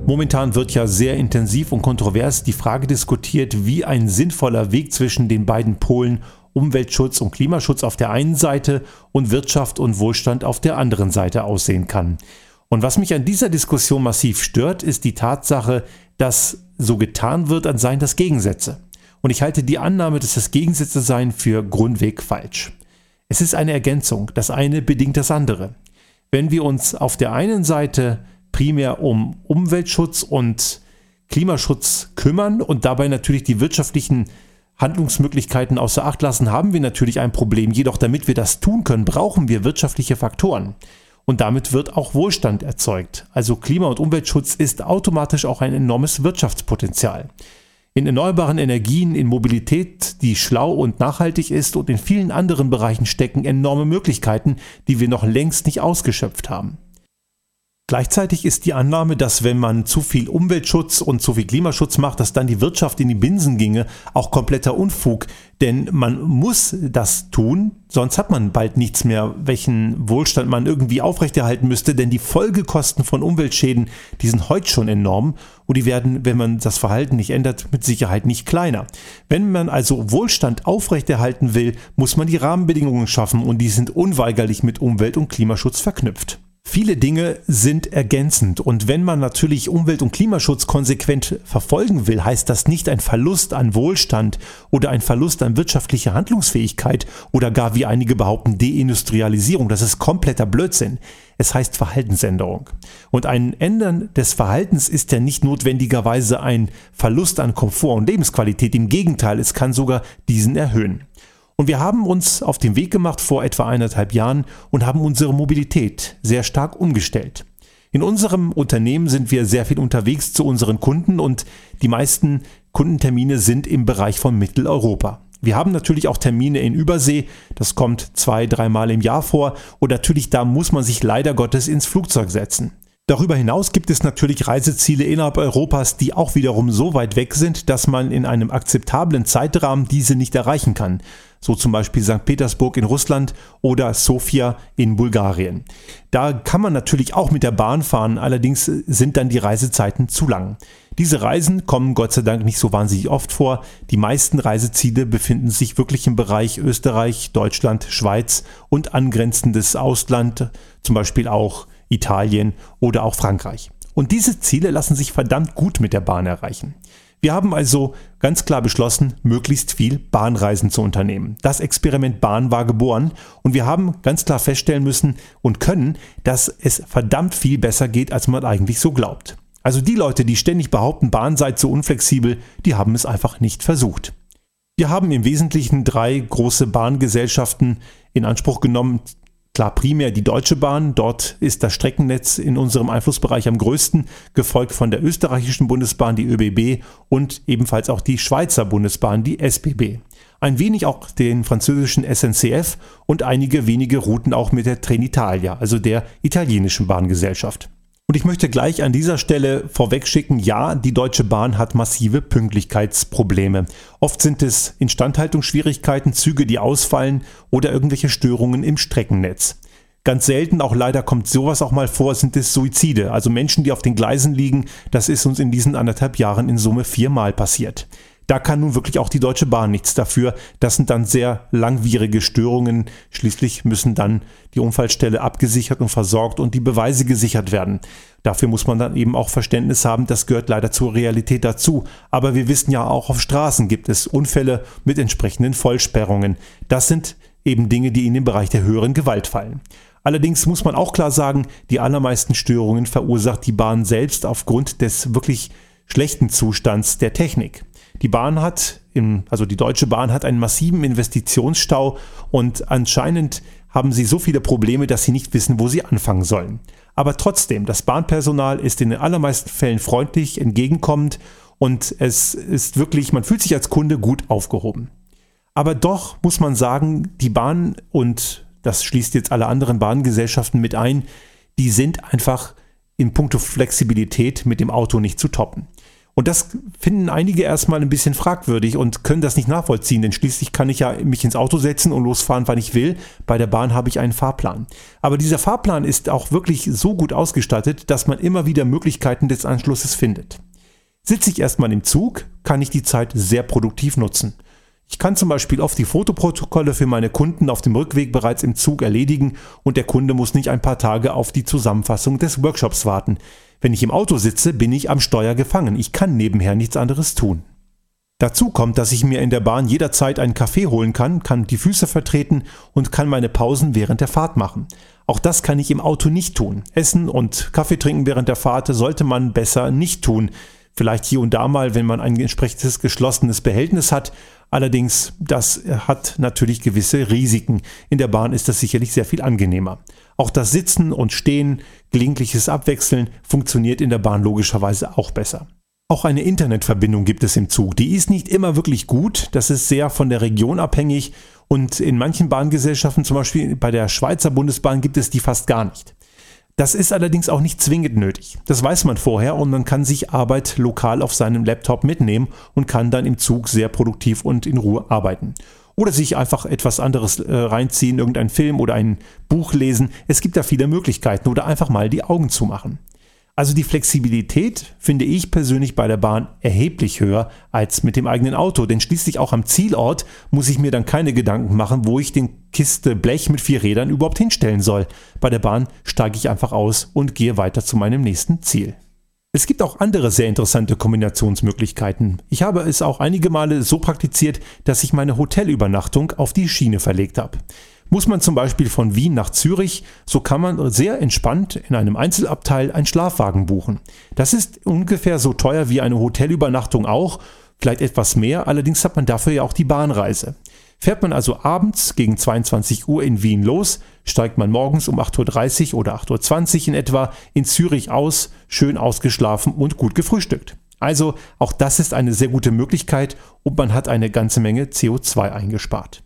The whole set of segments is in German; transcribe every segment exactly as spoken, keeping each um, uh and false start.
Momentan wird ja sehr intensiv und kontrovers die Frage diskutiert, wie ein sinnvoller Weg zwischen den beiden Polen Umweltschutz und Klimaschutz auf der einen Seite und Wirtschaft und Wohlstand auf der anderen Seite aussehen kann. Und was mich an dieser Diskussion massiv stört, ist die Tatsache, dass so getan wird, als seien das Gegensätze. Und ich halte die Annahme, dass das Gegensätze seien, für grundweg falsch. Es ist eine Ergänzung, das eine bedingt das andere. Wenn wir uns auf der einen Seite primär um Umweltschutz und Klimaschutz kümmern und dabei natürlich die wirtschaftlichen Handlungsmöglichkeiten außer Acht lassen, haben wir natürlich ein Problem. Jedoch damit wir das tun können, brauchen wir wirtschaftliche Faktoren. Und damit wird auch Wohlstand erzeugt. Also Klima- und Umweltschutz ist automatisch auch ein enormes Wirtschaftspotenzial. In erneuerbaren Energien, in Mobilität, die schlau und nachhaltig ist, und in vielen anderen Bereichen stecken enorme Möglichkeiten, die wir noch längst nicht ausgeschöpft haben. Gleichzeitig ist die Annahme, dass wenn man zu viel Umweltschutz und zu viel Klimaschutz macht, dass dann die Wirtschaft in die Binsen ginge, auch kompletter Unfug. Denn man muss das tun, sonst hat man bald nichts mehr, welchen Wohlstand man irgendwie aufrechterhalten müsste. Denn die Folgekosten von Umweltschäden, die sind heute schon enorm und die werden, wenn man das Verhalten nicht ändert, mit Sicherheit nicht kleiner. Wenn man also Wohlstand aufrechterhalten will, muss man die Rahmenbedingungen schaffen und die sind unweigerlich mit Umwelt- und Klimaschutz verknüpft. Viele Dinge sind ergänzend und wenn man natürlich Umwelt- und Klimaschutz konsequent verfolgen will, heißt das nicht ein Verlust an Wohlstand oder ein Verlust an wirtschaftlicher Handlungsfähigkeit oder gar, wie einige behaupten, Deindustrialisierung. Das ist kompletter Blödsinn. Es heißt Verhaltensänderung. Und ein Ändern des Verhaltens ist ja nicht notwendigerweise ein Verlust an Komfort und Lebensqualität. Im Gegenteil, es kann sogar diesen erhöhen. Und wir haben uns auf den Weg gemacht vor etwa eineinhalb Jahren und haben unsere Mobilität sehr stark umgestellt. In unserem Unternehmen sind wir sehr viel unterwegs zu unseren Kunden und die meisten Kundentermine sind im Bereich von Mitteleuropa. Wir haben natürlich auch Termine in Übersee, das kommt zwei, dreimal im Jahr vor und natürlich da muss man sich leider Gottes ins Flugzeug setzen. Darüber hinaus gibt es natürlich Reiseziele innerhalb Europas, die auch wiederum so weit weg sind, dass man in einem akzeptablen Zeitrahmen diese nicht erreichen kann. So zum Beispiel Sankt Petersburg in Russland oder Sofia in Bulgarien. Da kann man natürlich auch mit der Bahn fahren, allerdings sind dann die Reisezeiten zu lang. Diese Reisen kommen Gott sei Dank nicht so wahnsinnig oft vor. Die meisten Reiseziele befinden sich wirklich im Bereich Österreich, Deutschland, Schweiz und angrenzendes Ausland, zum Beispiel auch Italien oder auch Frankreich. Und diese Ziele lassen sich verdammt gut mit der Bahn erreichen. Wir haben also ganz klar beschlossen, möglichst viel Bahnreisen zu unternehmen. Das Experiment Bahn war geboren und wir haben ganz klar feststellen müssen und können, dass es verdammt viel besser geht, als man eigentlich so glaubt. Also die Leute, die ständig behaupten, Bahn sei zu unflexibel, die haben es einfach nicht versucht. Wir haben im Wesentlichen drei große Bahngesellschaften in Anspruch genommen. Klar, primär die Deutsche Bahn, dort ist das Streckennetz in unserem Einflussbereich am größten, gefolgt von der österreichischen Bundesbahn, die ÖBB und ebenfalls auch die Schweizer Bundesbahn, die S B B. Ein wenig auch den französischen S N C F und einige wenige Routen auch mit der Trenitalia, also der italienischen Bahngesellschaft. Und ich möchte gleich an dieser Stelle vorwegschicken, ja, die Deutsche Bahn hat massive Pünktlichkeitsprobleme. Oft sind es Instandhaltungsschwierigkeiten, Züge, die ausfallen oder irgendwelche Störungen im Streckennetz. Ganz selten, auch leider kommt sowas auch mal vor, sind es Suizide, also Menschen, die auf den Gleisen liegen. Das ist uns in diesen anderthalb Jahren in Summe viermal passiert. Da kann nun wirklich auch die Deutsche Bahn nichts dafür. Das sind dann sehr langwierige Störungen. Schließlich müssen dann die Unfallstelle abgesichert und versorgt und die Beweise gesichert werden. Dafür muss man dann eben auch Verständnis haben. Das gehört leider zur Realität dazu. Aber wir wissen ja auch, auf Straßen gibt es Unfälle mit entsprechenden Vollsperrungen. Das sind eben Dinge, die in den Bereich der höheren Gewalt fallen. Allerdings muss man auch klar sagen, die allermeisten Störungen verursacht die Bahn selbst aufgrund des wirklich schlechten Zustands der Technik. Die Bahn hat, im, also die Deutsche Bahn hat einen massiven Investitionsstau und anscheinend haben sie so viele Probleme, dass sie nicht wissen, wo sie anfangen sollen. Aber trotzdem, das Bahnpersonal ist in den allermeisten Fällen freundlich, entgegenkommend und es ist wirklich, man fühlt sich als Kunde gut aufgehoben. Aber doch muss man sagen, die Bahn, und das schließt jetzt alle anderen Bahngesellschaften mit ein, die sind einfach in puncto Flexibilität mit dem Auto nicht zu toppen. Und das finden einige erstmal ein bisschen fragwürdig und können das nicht nachvollziehen, denn schließlich kann ich ja mich ins Auto setzen und losfahren, wann ich will. Bei der Bahn habe ich einen Fahrplan. Aber dieser Fahrplan ist auch wirklich so gut ausgestattet, dass man immer wieder Möglichkeiten des Anschlusses findet. Sitze ich erstmal im Zug, kann ich die Zeit sehr produktiv nutzen. Ich kann zum Beispiel oft die Fotoprotokolle für meine Kunden auf dem Rückweg bereits im Zug erledigen und der Kunde muss nicht ein paar Tage auf die Zusammenfassung des Workshops warten. Wenn ich im Auto sitze, bin ich am Steuer gefangen. Ich kann nebenher nichts anderes tun. Dazu kommt, dass ich mir in der Bahn jederzeit einen Kaffee holen kann, kann die Füße vertreten und kann meine Pausen während der Fahrt machen. Auch das kann ich im Auto nicht tun. Essen und Kaffee trinken während der Fahrt sollte man besser nicht tun. Vielleicht hier und da mal, wenn man ein entsprechendes geschlossenes Behältnis hat. Allerdings, das hat natürlich gewisse Risiken. In der Bahn ist das sicherlich sehr viel angenehmer. Auch das Sitzen und Stehen, gelegentliches Abwechseln funktioniert in der Bahn logischerweise auch besser. Auch eine Internetverbindung gibt es im Zug. Die ist nicht immer wirklich gut. Das ist sehr von der Region abhängig. Und in manchen Bahngesellschaften, zum Beispiel bei der Schweizer Bundesbahn, gibt es die fast gar nicht. Das ist allerdings auch nicht zwingend nötig. Das weiß man vorher und man kann sich Arbeit lokal auf seinem Laptop mitnehmen und kann dann im Zug sehr produktiv und in Ruhe arbeiten. Oder sich einfach etwas anderes äh, reinziehen, irgendein Film oder ein Buch lesen. Es gibt da viele Möglichkeiten oder einfach mal die Augen zumachen. Also die Flexibilität finde ich persönlich bei der Bahn erheblich höher als mit dem eigenen Auto, denn schließlich auch am Zielort muss ich mir dann keine Gedanken machen, wo ich den Kiste Blech mit vier Rädern überhaupt hinstellen soll. Bei der Bahn steige ich einfach aus und gehe weiter zu meinem nächsten Ziel. Es gibt auch andere sehr interessante Kombinationsmöglichkeiten. Ich habe es auch einige Male so praktiziert, dass ich meine Hotelübernachtung auf die Schiene verlegt habe. Muss man zum Beispiel von Wien nach Zürich, so kann man sehr entspannt in einem Einzelabteil einen Schlafwagen buchen. Das ist ungefähr so teuer wie eine Hotelübernachtung auch, vielleicht etwas mehr, allerdings hat man dafür ja auch die Bahnreise. Fährt man also abends gegen zweiundzwanzig Uhr in Wien los, steigt man morgens um acht Uhr dreißig oder acht Uhr zwanzig in etwa in Zürich aus, schön ausgeschlafen und gut gefrühstückt. Also auch das ist eine sehr gute Möglichkeit und man hat eine ganze Menge C O zwei eingespart.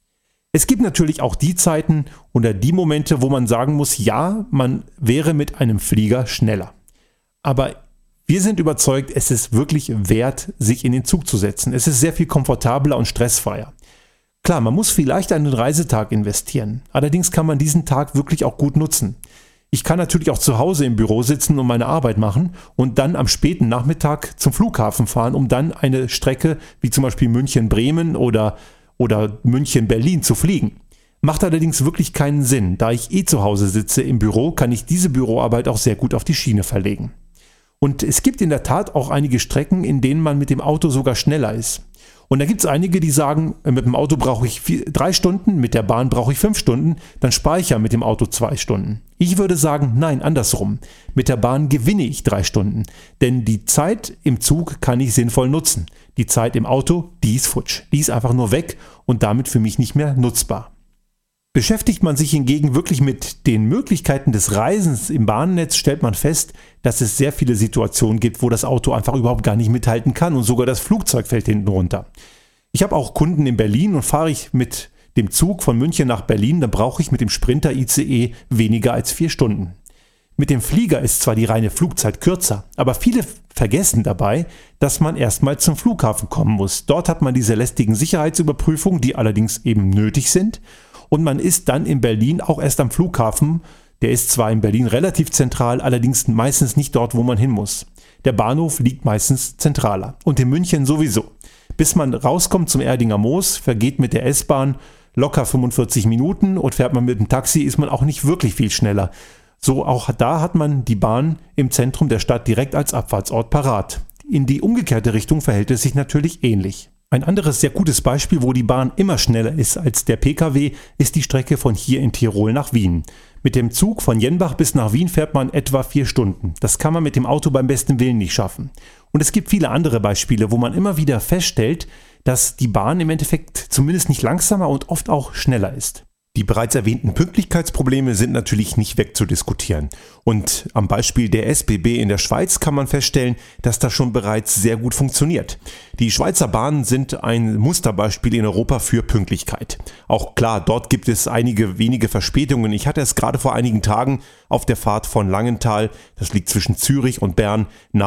Es gibt natürlich auch die Zeiten oder die Momente, wo man sagen muss, ja, man wäre mit einem Flieger schneller. Aber wir sind überzeugt, es ist wirklich wert, sich in den Zug zu setzen. Es ist sehr viel komfortabler und stressfreier. Klar, man muss vielleicht einen Reisetag investieren. Allerdings kann man diesen Tag wirklich auch gut nutzen. Ich kann natürlich auch zu Hause im Büro sitzen und meine Arbeit machen und dann am späten Nachmittag zum Flughafen fahren, um dann eine Strecke wie zum Beispiel München-Bremen oder oder München-Berlin zu fliegen. Macht allerdings wirklich keinen Sinn. Da ich eh zu Hause sitze im Büro, kann ich diese Büroarbeit auch sehr gut auf die Schiene verlegen. Und es gibt in der Tat auch einige Strecken, in denen man mit dem Auto sogar schneller ist. Und da gibt es einige, die sagen, mit dem Auto brauche ich vier, drei Stunden, mit der Bahn brauche ich fünf Stunden, dann spare ich ja mit dem Auto zwei Stunden. Ich würde sagen, nein, andersrum. Mit der Bahn gewinne ich drei Stunden, denn die Zeit im Zug kann ich sinnvoll nutzen. Die Zeit im Auto, die ist futsch. Die ist einfach nur weg und damit für mich nicht mehr nutzbar. Beschäftigt man sich hingegen wirklich mit den Möglichkeiten des Reisens im Bahnnetz, stellt man fest, dass es sehr viele Situationen gibt, wo das Auto einfach überhaupt gar nicht mithalten kann und sogar das Flugzeug fällt hinten runter. Ich habe auch Kunden in Berlin und fahre ich mit dem Zug von München nach Berlin, dann brauche ich mit dem Sprinter I C E weniger als vier Stunden. Mit dem Flieger ist zwar die reine Flugzeit kürzer, aber viele vergessen dabei, dass man erstmal zum Flughafen kommen muss. Dort hat man diese lästigen Sicherheitsüberprüfungen, die allerdings eben nötig sind. Und man ist dann in Berlin auch erst am Flughafen. Der ist zwar in Berlin relativ zentral, allerdings meistens nicht dort, wo man hin muss. Der Bahnhof liegt meistens zentraler. Und in München sowieso. Bis man rauskommt zum Erdinger Moos, vergeht mit der S-Bahn locker fünfundvierzig Minuten und fährt man mit dem Taxi, ist man auch nicht wirklich viel schneller. So auch da hat man die Bahn im Zentrum der Stadt direkt als Abfahrtsort parat. In die umgekehrte Richtung verhält es sich natürlich ähnlich. Ein anderes sehr gutes Beispiel, wo die Bahn immer schneller ist als der P K W, ist die Strecke von hier in Tirol nach Wien. Mit dem Zug von Jenbach bis nach Wien fährt man etwa vier Stunden. Das kann man mit dem Auto beim besten Willen nicht schaffen. Und es gibt viele andere Beispiele, wo man immer wieder feststellt, dass die Bahn im Endeffekt zumindest nicht langsamer und oft auch schneller ist. Die bereits erwähnten Pünktlichkeitsprobleme sind natürlich nicht wegzudiskutieren. Und am Beispiel der S B B in der Schweiz kann man feststellen, dass das schon bereits sehr gut funktioniert. Die Schweizer Bahnen sind ein Musterbeispiel in Europa für Pünktlichkeit. Auch klar, dort gibt es einige wenige Verspätungen. Ich hatte es gerade vor einigen Tagen auf der Fahrt von Langenthal, das liegt zwischen Zürich und Bern, nach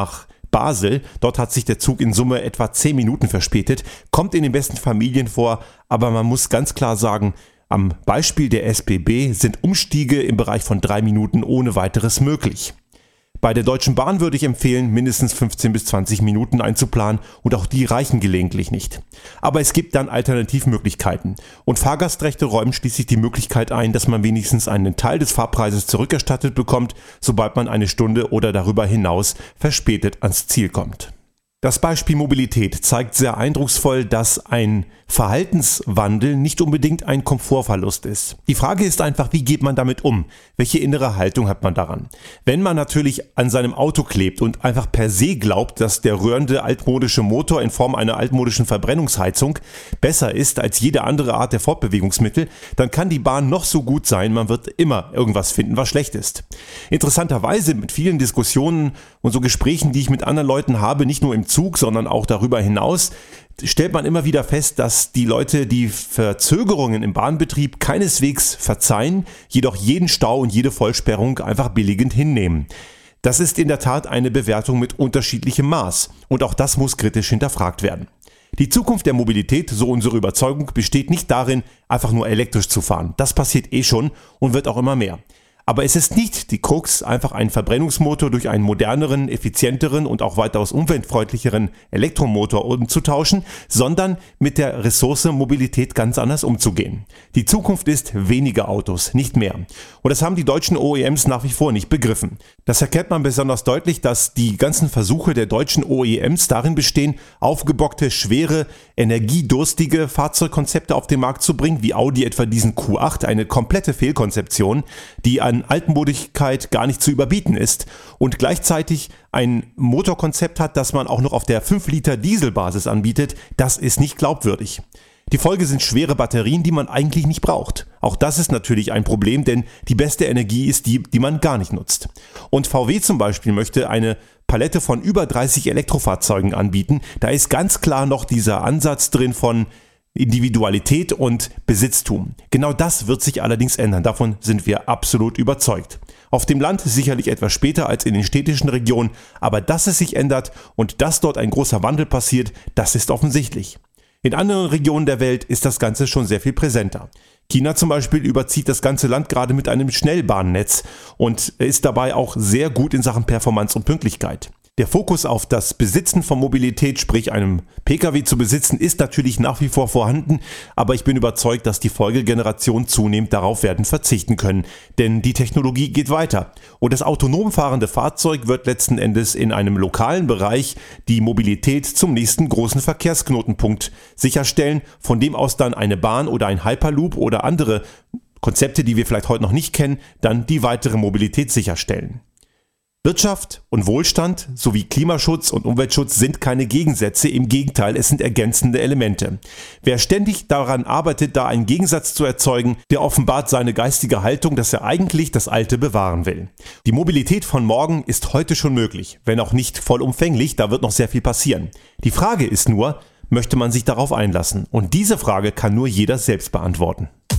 Basel. Dort hat sich der Zug in Summe etwa zehn Minuten verspätet. Kommt in den besten Familien vor, aber man muss ganz klar sagen, am Beispiel der S B B sind Umstiege im Bereich von drei Minuten ohne weiteres möglich. Bei der Deutschen Bahn würde ich empfehlen, mindestens fünfzehn bis zwanzig Minuten einzuplanen und auch die reichen gelegentlich nicht. Aber es gibt dann Alternativmöglichkeiten und Fahrgastrechte räumen schließlich die Möglichkeit ein, dass man wenigstens einen Teil des Fahrpreises zurückerstattet bekommt, sobald man eine Stunde oder darüber hinaus verspätet ans Ziel kommt. Das Beispiel Mobilität zeigt sehr eindrucksvoll, dass ein Verhaltenswandel nicht unbedingt ein Komfortverlust ist. Die Frage ist einfach, wie geht man damit um? Welche innere Haltung hat man daran? Wenn man natürlich an seinem Auto klebt und einfach per se glaubt, dass der rührende altmodische Motor in Form einer altmodischen Verbrennungsheizung besser ist als jede andere Art der Fortbewegungsmittel, dann kann die Bahn noch so gut sein, man wird immer irgendwas finden, was schlecht ist. Interessanterweise mit vielen Diskussionen und so Gesprächen, die ich mit anderen Leuten habe, nicht nur im Zug, sondern auch darüber hinaus, stellt man immer wieder fest, dass die Leute die Verzögerungen im Bahnbetrieb keineswegs verzeihen, jedoch jeden Stau und jede Vollsperrung einfach billigend hinnehmen. Das ist in der Tat eine Bewertung mit unterschiedlichem Maß und auch das muss kritisch hinterfragt werden. Die Zukunft der Mobilität, so unsere Überzeugung, besteht nicht darin, einfach nur elektrisch zu fahren. Das passiert eh schon und wird auch immer mehr. Aber es ist nicht die Krux, einfach einen Verbrennungsmotor durch einen moderneren, effizienteren und auch weitaus umweltfreundlicheren Elektromotor umzutauschen, sondern mit der Ressource Mobilität ganz anders umzugehen. Die Zukunft ist weniger Autos, nicht mehr. Und das haben die deutschen O E Ms nach wie vor nicht begriffen. Das erkennt man besonders deutlich, dass die ganzen Versuche der deutschen O E Ms darin bestehen, aufgebockte, schwere, energiedurstige Fahrzeugkonzepte auf den Markt zu bringen, wie Audi etwa diesen Q acht, eine komplette Fehlkonzeption, die an Altmodigkeit gar nicht zu überbieten ist und gleichzeitig ein Motorkonzept hat, das man auch noch auf der fünf Liter Dieselbasis anbietet, das ist nicht glaubwürdig. Die Folge sind schwere Batterien, die man eigentlich nicht braucht. Auch das ist natürlich ein Problem, denn die beste Energie ist die, die man gar nicht nutzt. Und V W zum Beispiel möchte eine Palette von über dreißig Elektrofahrzeugen anbieten. Da ist ganz klar noch dieser Ansatz drin von Individualität und Besitztum. Genau das wird sich allerdings ändern, davon sind wir absolut überzeugt. Auf dem Land sicherlich etwas später als in den städtischen Regionen, aber dass es sich ändert und dass dort ein großer Wandel passiert, das ist offensichtlich. In anderen Regionen der Welt ist das Ganze schon sehr viel präsenter. China zum Beispiel überzieht das ganze Land gerade mit einem Schnellbahnnetz und ist dabei auch sehr gut in Sachen Performance und Pünktlichkeit. Der Fokus auf das Besitzen von Mobilität, sprich einem Pkw zu besitzen, ist natürlich nach wie vor vorhanden, aber ich bin überzeugt, dass die Folgegenerationen zunehmend darauf werden verzichten können, denn die Technologie geht weiter und das autonom fahrende Fahrzeug wird letzten Endes in einem lokalen Bereich die Mobilität zum nächsten großen Verkehrsknotenpunkt sicherstellen, von dem aus dann eine Bahn oder ein Hyperloop oder andere Konzepte, die wir vielleicht heute noch nicht kennen, dann die weitere Mobilität sicherstellen. Wirtschaft und Wohlstand sowie Klimaschutz und Umweltschutz sind keine Gegensätze, im Gegenteil, es sind ergänzende Elemente. Wer ständig daran arbeitet, da einen Gegensatz zu erzeugen, der offenbart seine geistige Haltung, dass er eigentlich das Alte bewahren will. Die Mobilität von morgen ist heute schon möglich, wenn auch nicht vollumfänglich, da wird noch sehr viel passieren. Die Frage ist nur, möchte man sich darauf einlassen? Und diese Frage kann nur jeder selbst beantworten.